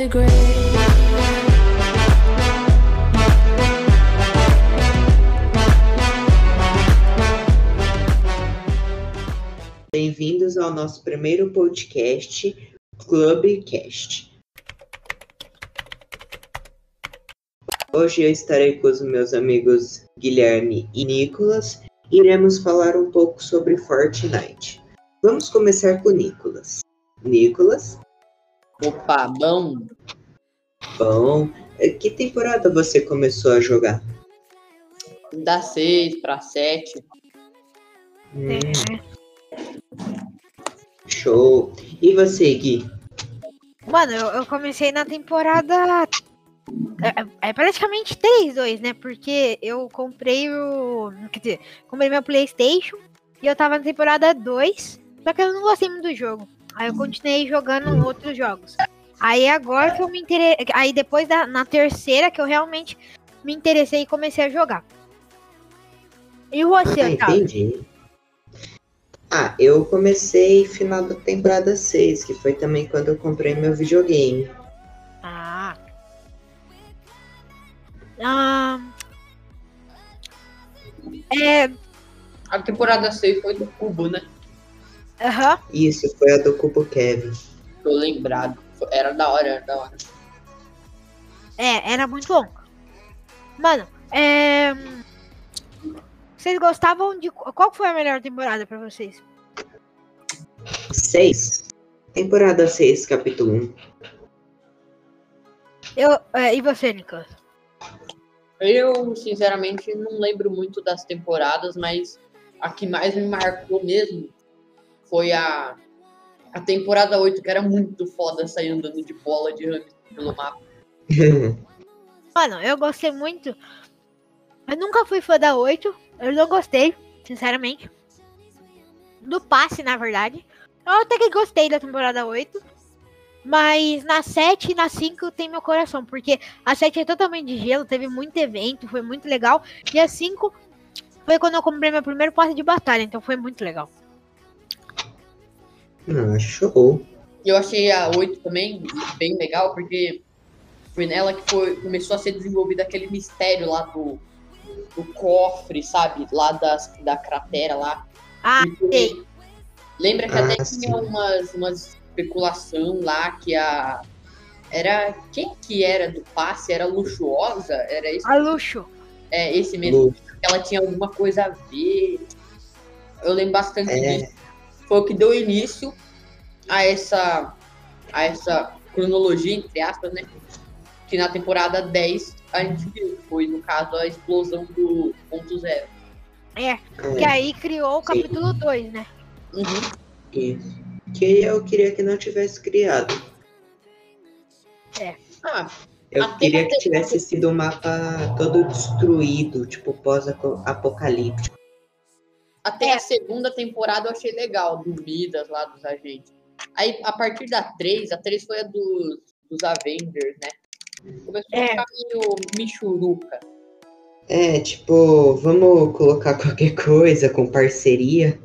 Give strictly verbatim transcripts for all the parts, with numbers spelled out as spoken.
regret. Bem-vindos ao nosso primeiro podcast, Clubcast. Hoje eu estarei com os meus amigos Guilherme e Nicolas e iremos falar um pouco sobre Fortnite. Vamos começar com o Nicolas. Nicolas? Opa, bom. Bom, que temporada você começou a jogar? Da seis para sete. Hum, show. E você, Gui? Mano, eu, eu comecei na temporada... É, é praticamente três dois, né? Porque eu comprei o... Quer dizer, comprei meu PlayStation e eu tava na temporada dois, só que eu não gostei muito do jogo. Aí eu continuei jogando outros jogos. Aí agora que eu me interessei... Aí depois, da, na terceira, que eu realmente me interessei e comecei a jogar. E você, Ah, Otávio? entendi. Ah, eu comecei final da temporada seis, que foi também quando eu comprei meu videogame. Ah... Ah, é, A temporada seis foi do Cubo, né? aham, Isso, foi a do Cubo Kevin. Tô lembrado. Era da hora, era da hora. é, era muito bom. Mano, é, vocês gostavam de... Qual foi a melhor temporada pra vocês? seis. Temporada seis, capítulo um. Eu, é, e você, Nicolas? Eu, sinceramente, não lembro muito das temporadas, mas a que mais me marcou mesmo foi a, a temporada oito, que era muito foda sair andando de bola de hamster pelo mapa. Mano, eu gostei muito. Eu nunca fui fã da oito. Eu não gostei, sinceramente. Do passe, na verdade. Eu até que gostei da temporada oito. Mas na sete e na cinco tem meu coração. Porque a sete é totalmente de gelo. Teve muito evento. Foi muito legal. E a cinco foi quando eu comprei meu primeiro passe de batalha. Então foi muito legal. Ah, show. Eu achei a oito também bem legal, porque foi nela que foi, começou a ser desenvolvido aquele mistério lá do, do cofre, sabe? Lá das, da cratera lá. Ah, Porque sei. lembra que Ah, até sim. tinha umas, umas especulação lá que a... Era... Quem que era do passe? Era Luxuosa? Era esse, A luxo. é, esse mesmo. Lu- Ela tinha alguma coisa a ver. Eu lembro bastante É. disso. Foi o que deu início a essa, a essa cronologia, entre aspas, né? Que na temporada dez a gente viu. Foi, no caso, a explosão do ponto zero. É. Que É, aí criou o capítulo dois, né? Uhum. isso. Que eu queria que não tivesse criado. Ah, Eu Até queria a que te- tivesse sido um mapa todo destruído, tipo pós-apocalíptico. até É. a segunda temporada eu achei legal, do Midas lá, dos agentes. Aí, a partir da três, a três foi a dos, dos Avengers, né? Começou a É. ficar meio michuruca. É, tipo, vamos colocar qualquer coisa com parceria.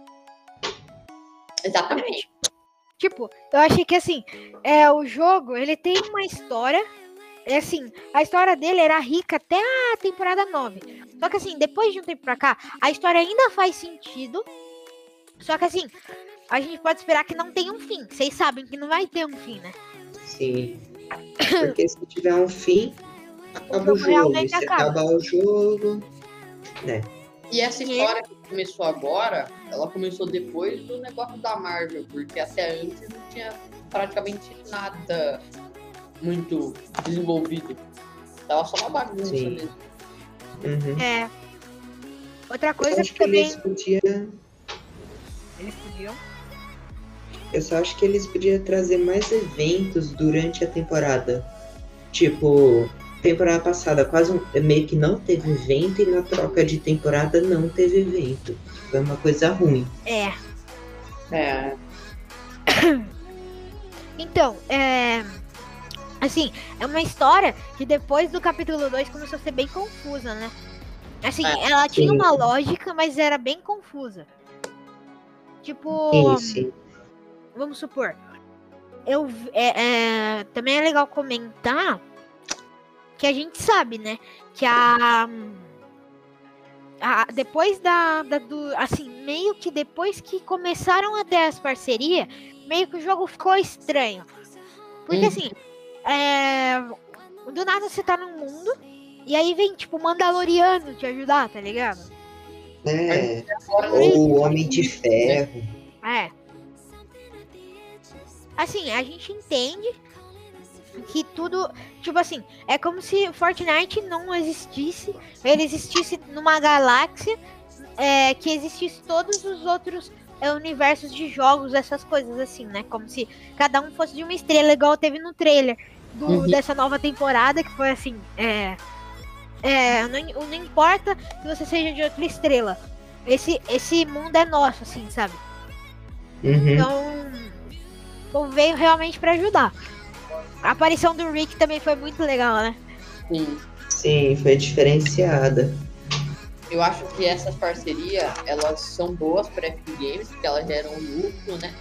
Exatamente. Tipo, eu achei que assim, é, o jogo, ele tem uma história. É assim, a história dele era rica até a temporada nove. Só que assim, depois de um tempo pra cá, a história ainda faz sentido. Só que assim, a gente pode esperar que não tenha um fim. Vocês sabem que não vai ter um fim, né? Sim. Porque se tiver um fim, acaba o jogo jogo. realmente E se acaba. acabar o jogo, né? E essa história que começou agora, ela começou depois do negócio da Marvel, porque até antes não tinha praticamente nada muito desenvolvido. Tava só uma bagunça Sim. mesmo. Uhum. É. Outra Eu coisa acho que que também. eles podiam. Eles podiam. Eu só acho que eles podiam trazer mais eventos durante a temporada. Tipo, temporada passada quase um- meio que não teve evento e na troca de temporada não teve evento. Foi uma coisa ruim. É. É, Então, é. Assim, é uma história que depois do capítulo dois começou a ser bem confusa, né? Assim, É, ela tinha sim. uma lógica, mas era bem confusa. Tipo, Sim, sim. vamos supor. eu é, é, também é legal comentar que a gente sabe, né? Que a, a depois da, da do, assim, meio que depois que começaram a ter as parcerias, meio que o jogo ficou estranho. Porque Hum. assim, é, do nada você tá num mundo e aí vem tipo Mandaloriano te ajudar, tá ligado? É, ou o Homem de Ferro. É. Assim, a gente entende que tudo, tipo assim, é como se Fortnite não existisse, ele existisse numa galáxia, é, que existisse todos os outros é, universos de jogos, essas coisas assim, né? Como se cada um fosse de uma estrela, igual teve no trailer do, Uhum. dessa nova temporada, que foi assim, é, é, não, não importa que você seja de outra estrela, esse, esse mundo é nosso, assim, sabe? Uhum. Então, então veio realmente pra ajudar. A aparição do Rick também foi muito legal, né? Sim. Sim, foi diferenciada. Eu acho que essas parcerias, elas são boas para Epic Games, porque elas geram lucro, né?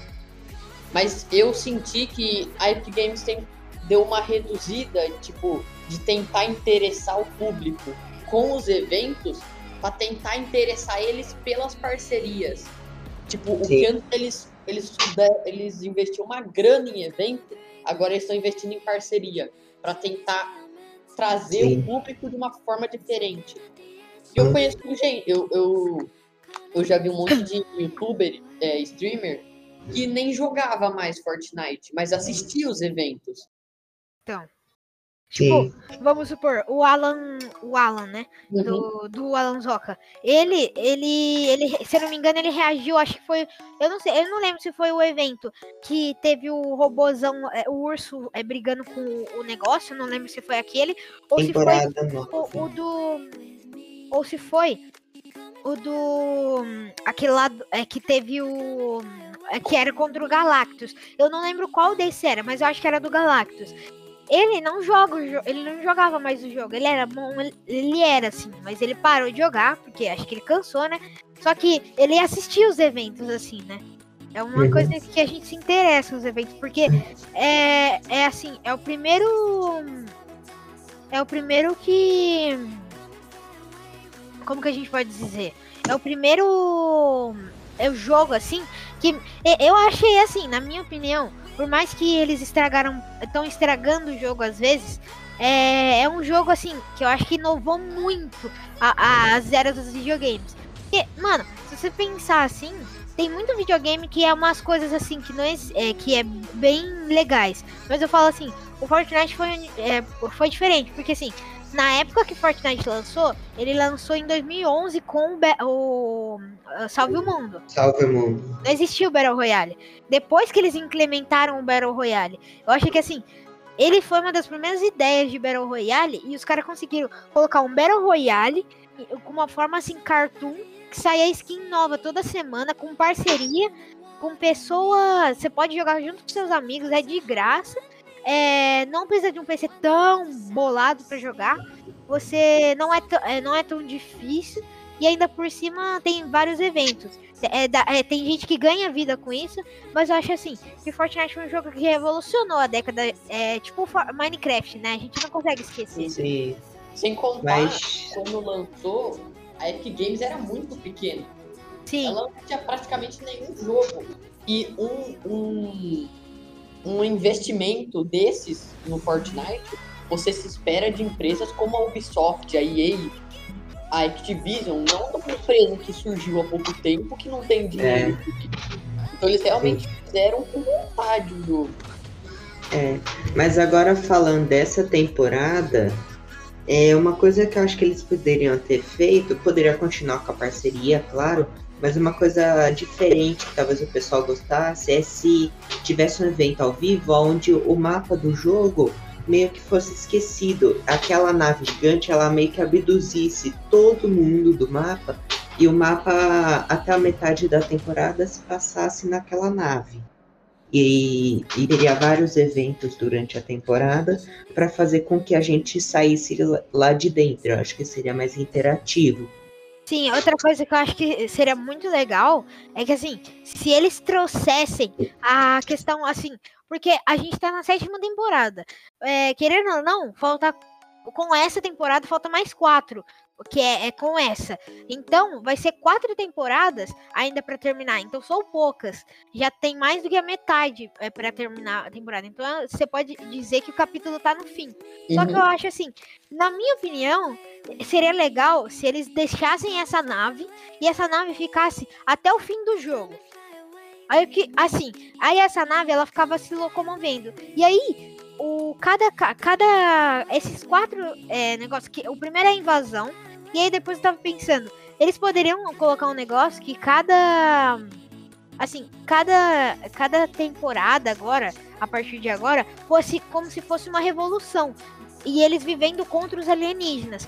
Mas eu senti que a Epic Games tem, deu uma reduzida, tipo, de tentar interessar o público com os eventos para tentar interessar eles pelas parcerias. Tipo, o Sim. que antes eles, eles, eles investiam uma grana em evento, agora eles estão investindo em parceria para tentar trazer Sim. o público de uma forma diferente. Eu Hum. conheço gente, eu, eu, eu já vi um monte de youtuber, é, streamer, que nem jogava mais Fortnite, mas assistia os eventos. Então, tipo, Sim. vamos supor, o Alan, o Alan, né? Uhum. Do, do Alan Zoca. Ele, ele, ele, se eu não me engano, ele reagiu, acho que foi, eu não sei, eu não lembro se foi o evento que teve o robozão, é, o urso é, brigando com o negócio, não lembro se foi aquele, ou se foi Temporada o, nova. o do, ou se foi o do, aquele lá é, que teve o, é, que era contra o Galactus. Eu não lembro qual desse era, mas eu acho que era do Galactus. Ele não joga o jogo, ele não jogava mais o jogo, ele era bom, ele, ele era assim, mas ele parou de jogar, porque acho que ele cansou, né? Só que ele assistia os eventos, assim, né? É uma Uhum. coisa que a gente se interessa nos eventos, porque é, é assim, é o primeiro. É o primeiro que. Como que a gente pode dizer? É o primeiro. É o jogo, assim, que eu achei assim, na minha opinião. Por mais que eles estragaram, estão estragando o jogo às vezes, é, é um jogo assim que eu acho que inovou muito a, a, as eras dos videogames. Porque, mano, se você pensar assim, tem muito videogame que é umas coisas assim que não é, é que é bem legais. Mas eu falo assim, o Fortnite foi, é, foi diferente, porque assim, na época que Fortnite lançou, ele lançou em dois mil e onze com o, Be- o uh, Salve o Mundo. Salve o mundo. Não existia o Battle Royale. Depois que eles implementaram o Battle Royale, eu acho que assim, ele foi uma das primeiras ideias de Battle Royale e os caras conseguiram colocar um Battle Royale com uma forma assim, cartoon, que saía skin nova toda semana, com parceria, com pessoas. Você pode jogar junto com seus amigos, é de graça. É, não precisa de um P C tão bolado para jogar. Você não é, é, não é tão difícil. E ainda por cima tem vários eventos. É, é, tem gente que ganha vida com isso. Mas eu acho assim, que Fortnite foi um jogo que revolucionou a década. É tipo Minecraft, né? A gente não consegue esquecer. Sim. Sem contar, Mas- quando lançou, a Epic Games era muito pequena. Sim, Ela não tinha praticamente nenhum jogo. E um, um, um investimento desses no Fortnite, você se espera de empresas como a Ubisoft, a E A, a Activision, não uma empresa que surgiu há pouco tempo que não tem dinheiro. Então eles realmente fizeram com vontade o jogo. É, mas agora falando dessa temporada, é uma coisa que eu acho que eles poderiam ter feito, poderia continuar com a parceria, claro, mas uma coisa diferente que talvez o pessoal gostasse é se tivesse um evento ao vivo onde o mapa do jogo meio que fosse esquecido. Aquela nave gigante, ela meio que abduzisse todo mundo do mapa e o mapa até a metade da temporada se passasse naquela nave. E, e teria vários eventos durante a temporada para fazer com que a gente saísse lá de dentro. Eu acho que seria mais interativo. Sim, outra coisa que eu acho que seria muito legal é que, assim, se eles trouxessem a questão, assim, porque a gente tá na sétima temporada. É, querendo ou não, falta. Com essa temporada falta mais quatro, que é, é com essa. Então, vai ser quatro temporadas ainda pra terminar. Então, são poucas. Já tem mais do que a metade é, para terminar a temporada. Então, você pode dizer que o capítulo tá no fim. Só que eu acho assim, na minha opinião, seria legal se eles deixassem essa nave e essa nave ficasse até o fim do jogo. Aí que, assim, aí essa nave ela ficava se locomovendo. E aí, o cada cada esses quatro é, negócios que o primeiro é a invasão, e aí depois eu tava pensando, eles poderiam colocar um negócio que cada assim, cada cada temporada agora, a partir de agora, fosse como se fosse uma revolução. E eles vivendo contra os alienígenas.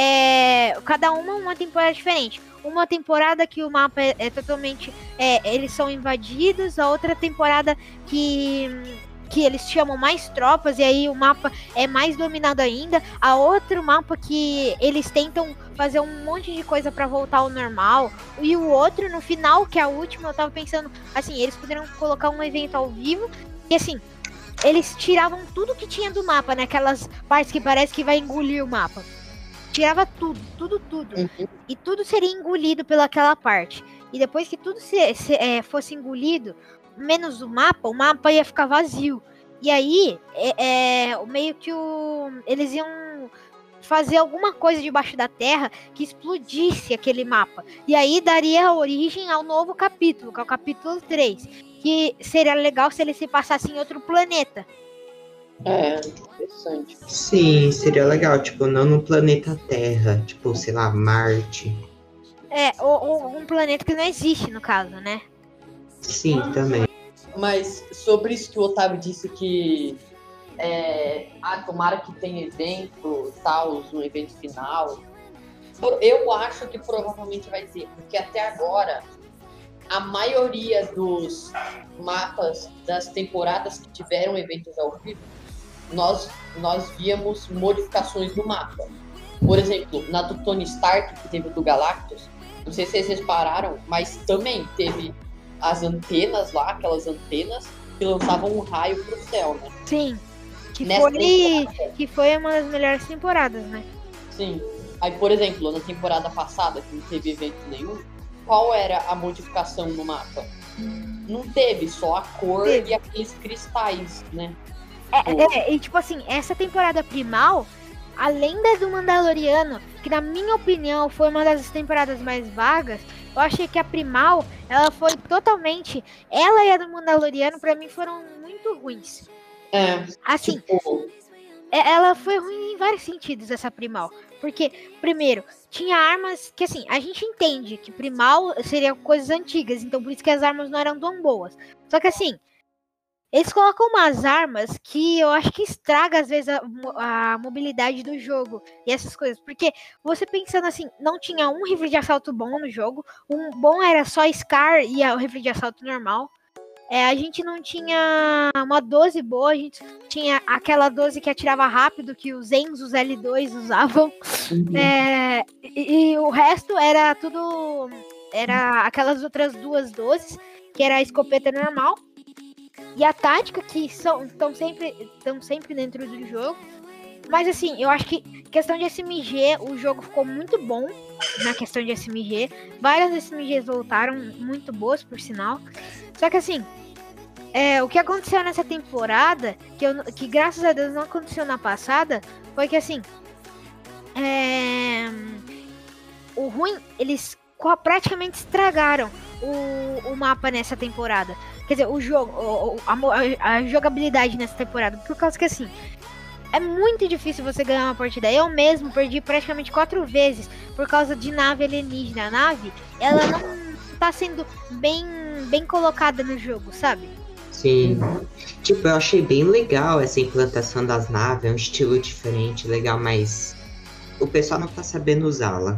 É, cada uma uma temporada diferente. Uma temporada que o mapa é, é totalmente... É, eles são invadidos. A outra temporada que, que eles chamam mais tropas. E aí o mapa é mais dominado ainda. A outro mapa que eles tentam fazer um monte de coisa pra voltar ao normal. E o outro, no final, que é a última, eu tava pensando... Assim, eles poderiam colocar um evento ao vivo. E assim... Eles tiravam tudo que tinha do mapa, né? Aquelas partes que parece que vai engolir o mapa. Tirava tudo, tudo, tudo. Uhum. E tudo seria engolido pelaquela parte. E depois que tudo se, se, é, fosse engolido, menos o mapa, o mapa ia ficar vazio. E aí, é, é, meio que o, eles iam fazer alguma coisa debaixo da terra que explodisse aquele mapa. E aí daria origem ao novo capítulo, que é o capítulo três. Que seria legal se ele se passasse em outro planeta. É, interessante. Sim, seria legal, tipo, não no planeta Terra, tipo, sei lá, Marte. É, ou, ou um planeta que não existe, no caso, né? Sim, também. Mas sobre isso que o Otávio disse que é, ah, tomara que tenha evento, tal, um evento final. Eu acho que provavelmente vai ter, porque até agora a maioria dos mapas das temporadas que tiveram eventos ao vivo, nós, nós víamos modificações no mapa. Por exemplo, na do Tony Stark, que teve o do Galactus, não sei se vocês repararam, mas também teve as antenas lá, aquelas antenas que lançavam um raio pro céu, né? Sim, que Nessa foi, temporada. que foi uma das melhores temporadas, né? Sim. Aí, por exemplo, na temporada passada, que não teve evento nenhum, qual era a modificação no mapa? Não teve, só a cor Teve. e aqueles cristais, né? É, é, e tipo assim, essa temporada primal, além da do Mandaloriano, que na minha opinião foi uma das temporadas mais vagas, eu achei que a primal, ela foi totalmente... Ela e a do Mandaloriano, pra mim, foram muito ruins. É, Assim, tipo, é- ela foi ruim em vários sentidos, essa primal. Porque, primeiro, tinha armas que, assim, a gente entende que primal seria coisas antigas, então por isso que as armas não eram tão boas. Só que, assim, eles colocam umas armas que eu acho que estraga, às vezes, a, mo- a mobilidade do jogo e essas coisas. Porque você pensando assim, não tinha um rifle de assalto bom no jogo, um bom era só Scar e a- o rifle de assalto normal. É, a gente não tinha uma doze boa, a gente tinha aquela doze que atirava rápido, que os Enzos L dois usavam. uhum. É, e, e o resto era tudo. Era aquelas outras duas dozes, que era a escopeta normal. E a tática, que são estão sempre, estão sempre dentro do jogo. Mas assim, eu acho que questão de S M G, o jogo ficou muito bom na questão de S M G. Várias S M Gs voltaram, muito boas, por sinal. Só que assim, é, o que aconteceu nessa temporada, que, eu, que graças a Deus não aconteceu na passada, foi que assim, é, o ruim, eles co- praticamente estragaram o, o mapa nessa temporada. Quer dizer, o jogo, o- o- a, mo- a- a jogabilidade nessa temporada. Por causa que assim, é muito difícil você ganhar uma partida. Eu mesmo perdi praticamente quatro vezes por causa de nave alienígena. A nave, ela não tá sendo bem, bem colocada no jogo, sabe? Sim. Tipo, eu achei bem legal essa implantação das naves, é um estilo diferente, legal, mas o pessoal não tá sabendo usá-la.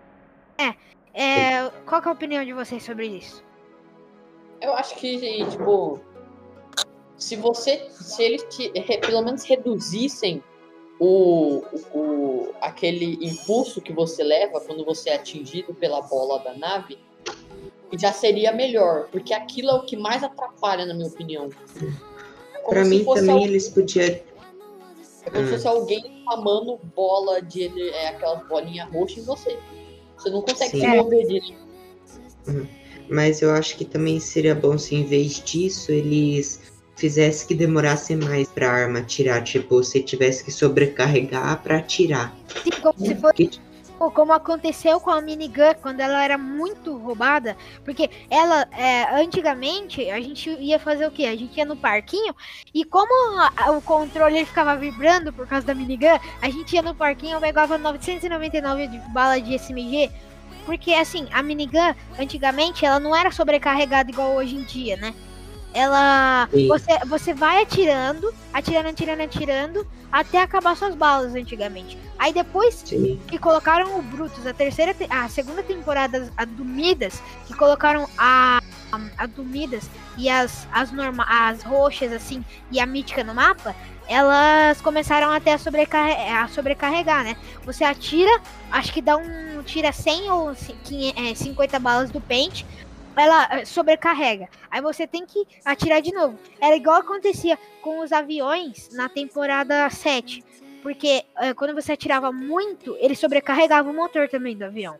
É, qual que é a opinião de vocês sobre isso? Eu acho que, tipo, se você, se eles te- re- pelo menos reduzissem o, o, aquele impulso que você leva quando você é atingido pela bola da nave já seria melhor, porque aquilo é o que mais atrapalha, na minha opinião. É Pra mim também alguém, eles podiam... É como hum. se fosse alguém spamando bola de é, aquelas bolinhas roxas em você. Você não consegue Sim. se mover disso. Hum. Mas eu acho que também seria bom se em vez disso eles fizessem que demorasse mais pra arma atirar. Tipo, se tivesse que sobrecarregar pra atirar. Sim, como se fosse... Que... Como aconteceu com a minigun quando ela era muito roubada, porque ela, é, antigamente, a gente ia fazer o quê? A gente ia no parquinho e como a, o controle ele ficava vibrando por causa da minigun, a gente ia no parquinho e pegava novecentos e noventa e nove de bala de S M G, porque assim, a minigun, antigamente, ela não era sobrecarregada igual hoje em dia, né? Ela, você, você vai atirando, atirando, atirando, atirando, até acabar suas balas antigamente. Aí depois Sim. que colocaram o Brutus, a terceira, a segunda temporada, a do Midas, que colocaram a, a, a do Midas e as, as, norma, as roxas, assim, e a mítica no mapa, elas começaram até a, sobrecarregar, a sobrecarregar, né? Você atira, acho que dá um, tira cem ou cinquenta balas do pente, ela sobrecarrega. Aí você tem que atirar de novo. Era igual acontecia com os aviões na temporada sete. Porque é, quando você atirava muito, ele sobrecarregava o motor também do avião.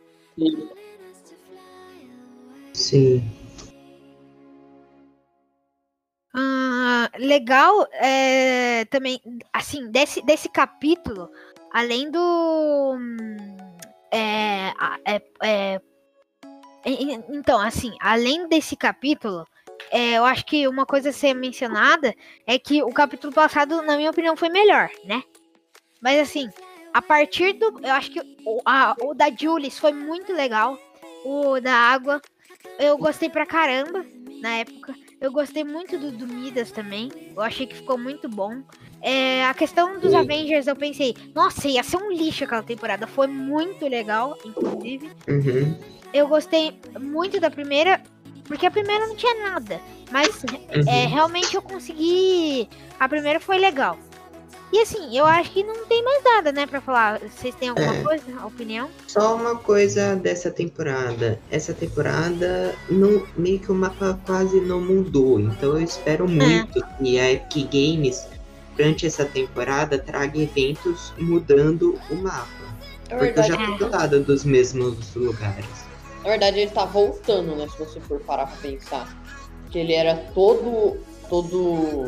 Sim. Ah, legal é, também, assim, desse, desse capítulo, além do... É, é, é, Então, assim, além desse capítulo, é, eu acho que uma coisa a ser mencionada é que o capítulo passado, na minha opinião, foi melhor, né? Mas, assim, a partir do... Eu acho que o, a, o da Julius foi muito legal. O da Água, eu gostei pra caramba na época. Eu gostei muito do, do Midas também. Eu achei que ficou muito bom. É, a questão dos Sim. Avengers, eu pensei, nossa, ia ser um lixo aquela temporada. Foi muito legal, inclusive. Uhum. Eu gostei muito da primeira, porque a primeira não tinha nada. Mas uhum. é, realmente eu consegui... A primeira foi legal. E assim, eu acho que não tem mais nada, né, pra falar. Vocês têm alguma é. coisa, opinião? Só uma coisa dessa temporada. Essa temporada, não, meio que o mapa quase não mudou. Então eu espero muito é. que a Epic Games, durante essa temporada, traga eventos mudando o mapa. É porque eu já tô cansada dos mesmos lugares. Na verdade, ele tá voltando, né, se você for parar pra pensar. Que ele era todo... todo...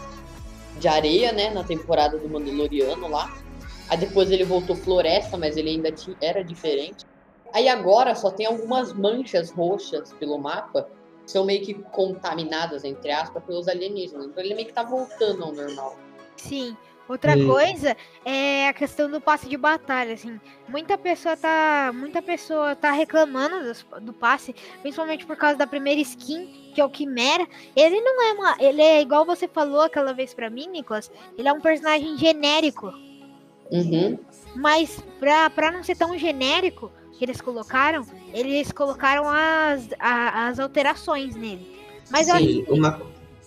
de areia, né, na temporada do Mandaloriano lá. Aí depois ele voltou floresta, mas ele ainda tinha, era diferente. Aí agora só tem algumas manchas roxas pelo mapa, que são meio que contaminadas, entre aspas, pelos alienígenas. Então ele meio que tá voltando ao normal. Sim. Outra Sim. coisa é a questão do passe de batalha, assim. Muita pessoa tá, muita pessoa tá reclamando do, do passe, principalmente por causa da primeira skin, que é o Quimera. Ele não é uma... Ele é igual você falou aquela vez pra mim, Nicolas. Ele é um personagem genérico. Uhum. Mas pra, pra não ser tão genérico que eles colocaram, eles colocaram as, a, as alterações nele. Mas Sim, eu acho que... uma...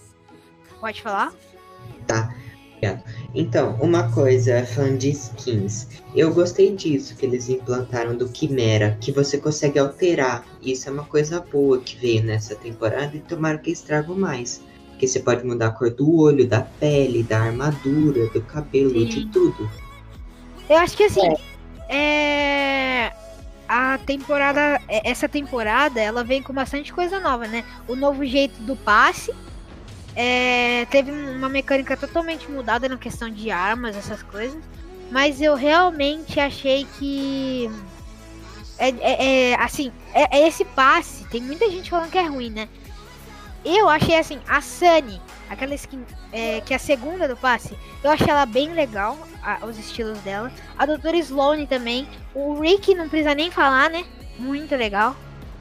Pode falar? Tá. Então, uma coisa, falando de skins, eu gostei disso que eles implantaram do Quimera, que você consegue alterar. Isso é uma coisa boa que veio nessa temporada e tomara que eles tragam mais. Porque você pode mudar a cor do olho, da pele, da armadura, do cabelo, Sim. de tudo. Eu acho que assim, é... é... a temporada, essa temporada, ela vem com bastante coisa nova, né? O novo jeito do passe. É, teve uma mecânica totalmente mudada na questão de armas, essas coisas. Mas eu realmente achei que é, é, é assim, é, é esse passe. Tem muita gente falando que é ruim, né? Eu achei assim, a Sunny, aquela skin é, que é a segunda do passe, eu achei ela bem legal, a, os estilos dela. A doutora Sloane também. O Rick não precisa nem falar, né? Muito legal.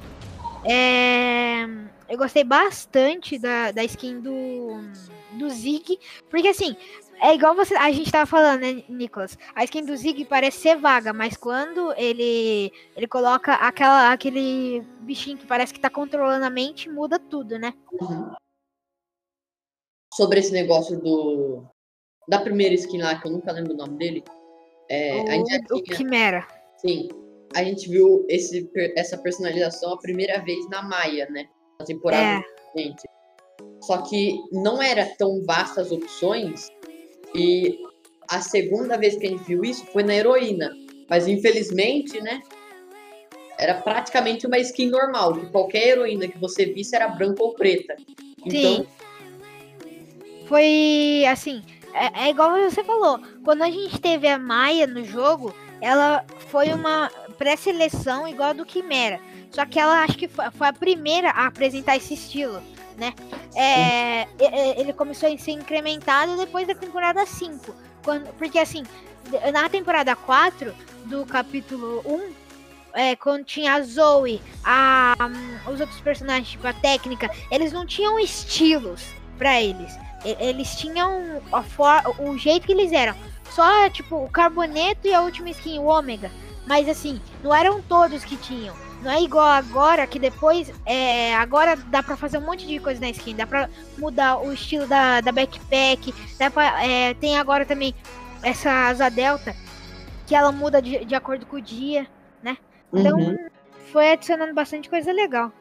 É... Eu gostei bastante da, da skin do, do Zig, porque assim, é igual você, a gente tava falando, né, Nicolas? A skin do Zig parece ser vaga, mas quando ele, ele coloca aquela, aquele bichinho que parece que tá controlando a mente, muda tudo, né? Uhum. Sobre esse negócio do, da primeira skin lá, que eu nunca lembro o nome dele. É, o, a gente já o tinha, Quimera. sim, a gente viu esse, essa personalização a primeira vez na Maia, né? Na temporada seguinte. Só que não era tão vastas as opções, e a segunda vez que a gente viu isso foi na heroína. Mas infelizmente, né? Era praticamente uma skin normal, que qualquer heroína que você visse era branca ou preta. Então, Sim. Foi assim, é, é igual você falou, quando a gente teve a Maia no jogo, ela foi uma pré-seleção igual a do Quimera. Só que ela acho que foi, foi a primeira a apresentar esse estilo, né? É, é, ele começou a ser incrementado depois da temporada cinco. Quando, porque assim, na temporada quatro do capítulo um, é, quando tinha a Zoe, a, um, os outros personagens, tipo a técnica, eles não tinham estilos pra eles. Eles tinham a for, o jeito que eles eram. Só, tipo, o Carboneto e a última skin, o Ômega. Mas, assim, não eram todos que tinham. Não é igual agora, que depois... É, agora dá pra fazer um monte de coisa na skin. Dá pra mudar o estilo da, da backpack. Dá pra, é, tem agora também essa asa delta, que ela muda de, de acordo com o dia, né? Então, uhum. Foi adicionando bastante coisa legal.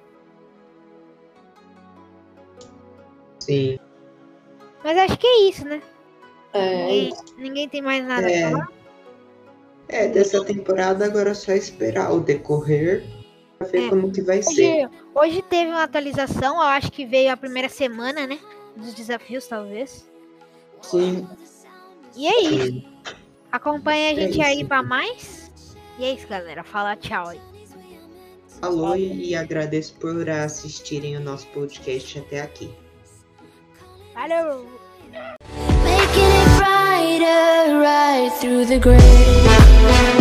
Sim. Mas acho que é isso, né? É... Ninguém, ninguém tem mais nada é... a falar? É, dessa temporada agora é só esperar o decorrer pra ver é. como que vai hoje, ser. Hoje teve uma atualização, eu acho que veio a primeira semana, né? Dos desafios, talvez. Sim. E é isso. Sim. Acompanha a gente é aí pra mais. E é isso, galera. Fala tchau aí. Falou e agradeço por assistirem o nosso podcast até aqui. Valeu! Making it brighter right through the gray.